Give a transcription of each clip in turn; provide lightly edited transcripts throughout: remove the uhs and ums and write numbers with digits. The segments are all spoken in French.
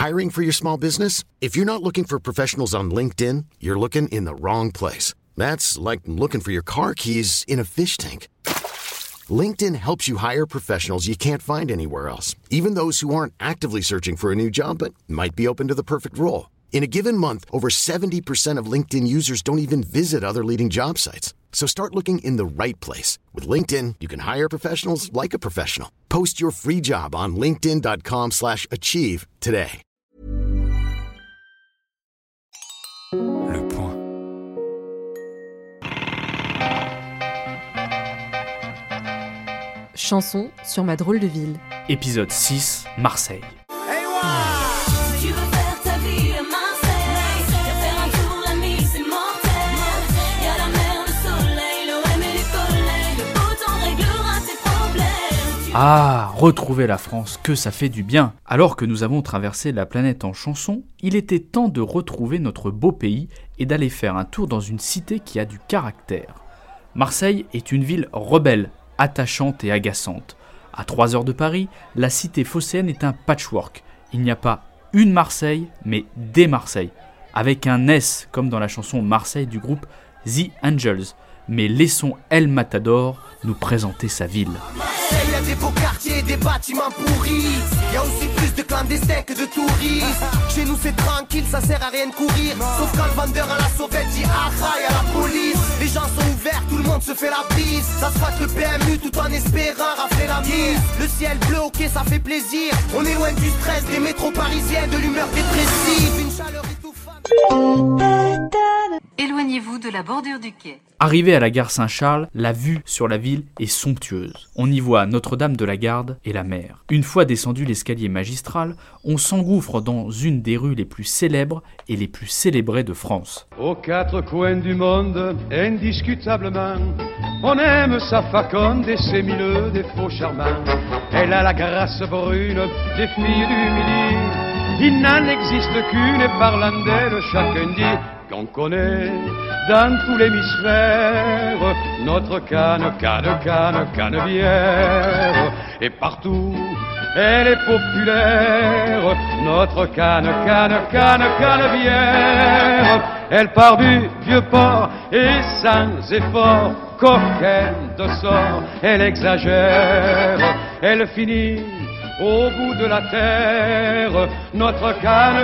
Hiring for your small business? If you're not looking for professionals on LinkedIn, you're looking in the wrong place. That's like looking for your car keys in a fish tank. LinkedIn helps you hire professionals you can't find anywhere else, even those who aren't actively searching for a new job but might be open to the perfect role. In a given month, over 70% of LinkedIn users don't even visit other leading job sites. So start looking in the right place. With LinkedIn, you can hire professionals like a professional. Post your free job on linkedin.com/achieve today. Le point. Chanson sur ma drôle de ville. Épisode 6, Marseille. Tu veux faire ta vie à Marseille, viens faire un tour, l'ami, c'est mortel. Y'a la mer, le soleil, l'OM et les collègues, le beau temps réglera tes problèmes. Ah, retrouver la France, que ça fait du bien. Alors que nous avons traversé la planète en chanson, il était temps de retrouver notre beau pays et d'aller faire un tour dans une cité qui a du caractère. Marseille est une ville rebelle, attachante et agaçante. À 3 heures de Paris, la cité phocéenne est un patchwork. Il n'y a pas une Marseille, mais des Marseilles, avec un S comme dans la chanson Marseille du groupe The Angels. Mais laissons El Matador nous présenter sa ville. Il y a des beaux quartiers, des bâtiments pourris. Il y a aussi plus de clandestins que de touristes. Chez nous c'est tranquille, ça sert à rien de courir. Sauf quand le vendeur à la sauvette dit aïe à la police. Les gens sont ouverts, tout le monde se fait la bise. Ça se passe le PMU tout en espérant rafler la mise. Le ciel bleu, ok, ça fait plaisir. On est loin du stress des métros parisiens, de l'humeur dépressive. Une chaleur étouffante. Éloignez-vous de la bordure du quai. Arrivé à la gare Saint-Charles, la vue sur la ville est somptueuse. On y voit Notre-Dame de la Garde et la mer. Une fois descendu l'escalier magistral, on s'engouffre dans une des rues les plus célèbres et les plus célébrées de France. Aux quatre coins du monde, indiscutablement, on aime sa faconde et ses mille défauts charmants. Elle a la grâce brune des filles du Midi. Il n'en existe qu'une et parlant d'elle, chacun dit qu'on connaît dans tout l'hémisphère notre Canebière. Et partout, elle est populaire, notre Canebière. Elle part du Vieux-Port et sans effort, coquine de sort, elle exagère, elle finit au bout de la terre, notre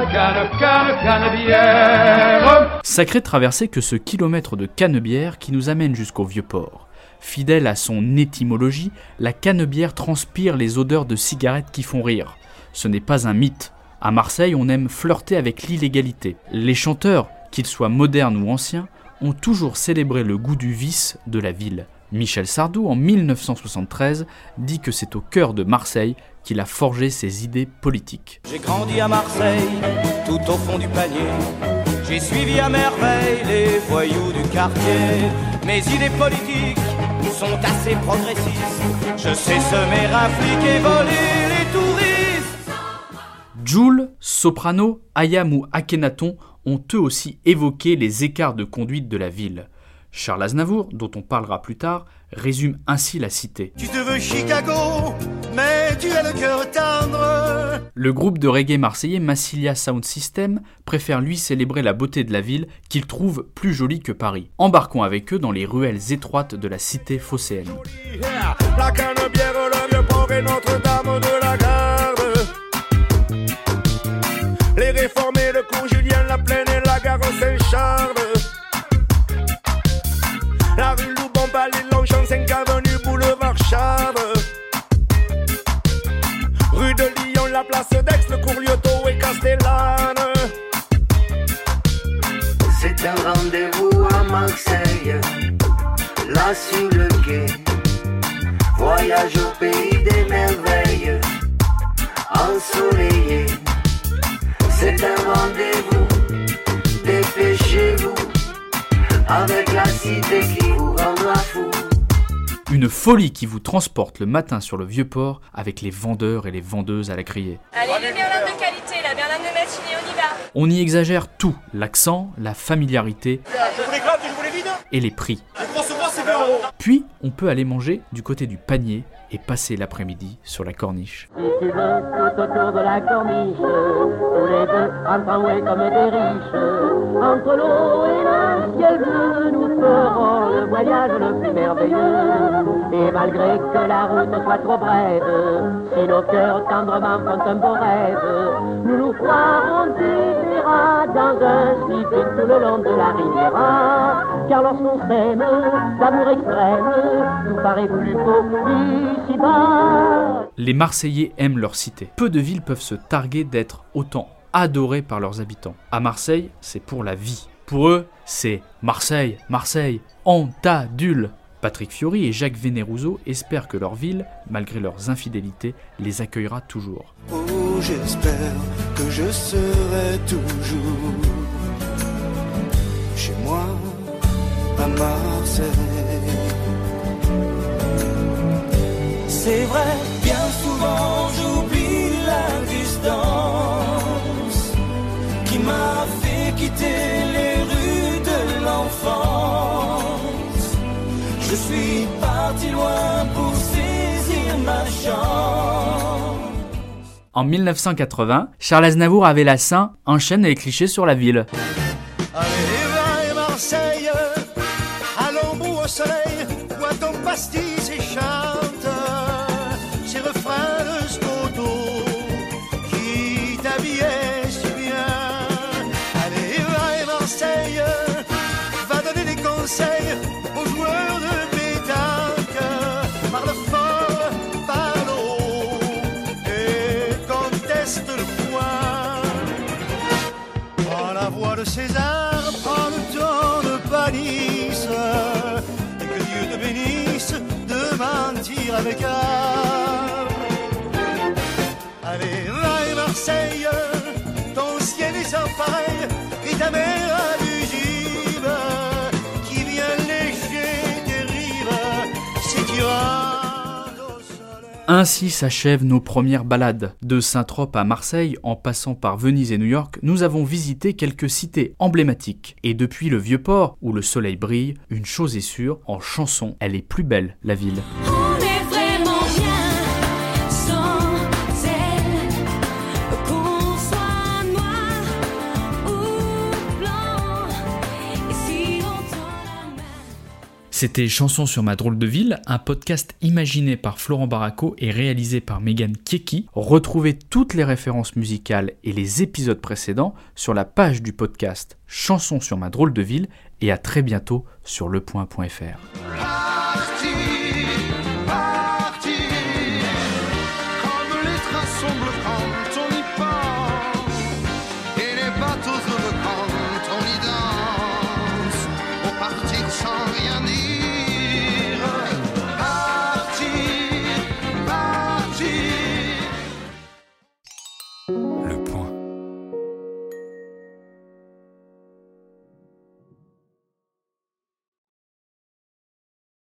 Canebière. Sacrée traversée que ce kilomètre de Canebière qui nous amène jusqu'au Vieux-Port. Fidèle à son étymologie, la Canebière transpire les odeurs de cigarettes qui font rire. Ce n'est pas un mythe. À Marseille, on aime flirter avec l'illégalité. Les chanteurs, qu'ils soient modernes ou anciens, ont toujours célébré le goût du vice de la ville. Michel Sardou, en 1973, dit que c'est au cœur de Marseille qu'il a forgé ses idées politiques. J'ai grandi à Marseille, tout au fond du panier. J'ai suivi à merveille les voyous du quartier. Mes idées politiques sont assez progressistes. Je sais semer un flic et voler les touristes. Jul, Soprano, Ayam ou Akhenaton ont eux aussi évoqué les écarts de conduite de la ville. Charles Aznavour, dont on parlera plus tard, résume ainsi la cité. Tu te veux Chicago, mais tu as le cœur tendre. Le groupe de reggae marseillais Massilia Sound System préfère lui célébrer la beauté de la ville qu'il trouve plus jolie que Paris. Embarquons avec eux dans les ruelles étroites de la cité phocéenne. La Canebière, le Vieux-Port et Notre-Dame de la Garde. Les réformés, le cours Julien, la Plaine et la gare Saint-Charles. La rue Loubomba, les Longchamps, 5 avenue, boulevard Charles. Rue de Lyon, la place d'Aix, le cours Lyoto et Castellane. C'est un rendez-vous à Marseille, là sur le quai. Voyage au pays des merveilles, ensoleillé. C'est un rendez-vous, dépêchez-vous, avec la cité qui vous rendra fou. Une folie qui vous transporte le matin sur le Vieux-Port avec les vendeurs et les vendeuses à la criée. Allez, les berlines de qualité, la berline de matinée, on y va. On y exagère tout, l'accent, la familiarité et les prix. Puis, on peut aller manger du côté du panier et passer l'après-midi sur la corniche. Si tu veux tout autour de la corniche, tous entrant comme des riches. Entre l'eau et le ciel bleu, nous ferons le voyage le plus merveilleux. Et malgré que la route soit trop brève, si nos cœurs tendrement font un beau rêve, nous nous croirons différents dans un sleeping tout le long de la Riviera. Car lorsqu'on s'aime, d'amour extrême, tout paraît plus beau ici-bas. Les Marseillais aiment leur cité. Peu de villes peuvent se targuer d'être autant adorées par leurs habitants. À Marseille, c'est pour la vie. Pour eux, c'est Marseille, Marseille, on t'adule. Patrick Fiori et Jacques Veneruso espèrent que leur ville, malgré leurs infidélités, les accueillera toujours. Oh, j'espère que je serai toujours chez moi à Marseille. C'est vrai, bien souvent j'oublie la distance qui m'a fait quitter les rues de l'enfance. Je suis parti loin pour saisir ma chance. En 1980, Charles Aznavour avait la Saint, enchaîne les clichés sur la ville. Allez, va Marseille, allons bout au soleil, bois ton pastis et chante ces refrains de Spoto qui t'habillaient si bien. Allez, va Marseille, va donner des conseils aux joueurs de pétanque, parle fort, parle haut et conteste le point. Prends la voix de César, prends le temps de Panis, et que Dieu te bénisse de mentir avec art. Allez, va Marseille, ton ciel est sans pareil, et ta mer abusive, qui vient lécher tes rives, si tu rentres au soleil. Ainsi s'achèvent nos premières balades. De Saint-Trope à Marseille, en passant par Venise et New York, nous avons visité quelques cités emblématiques. Et depuis le Vieux-Port, où le soleil brille, une chose est sûre, en chanson, elle est plus belle, la ville. On est vraiment bien sans elle, qu'on soit noir ou blanc, et si on tend la main. C'était Chanson sur ma drôle de ville, un podcast imaginé par Florent Baraco et réalisé par Megan Kieki. Retrouvez toutes les références musicales et les épisodes précédents sur la page du podcast Chanson sur ma drôle de ville et à très bientôt sur lepoint.fr. Parti, parti, comme les trains sont bleus quand on y pense, et les bateaux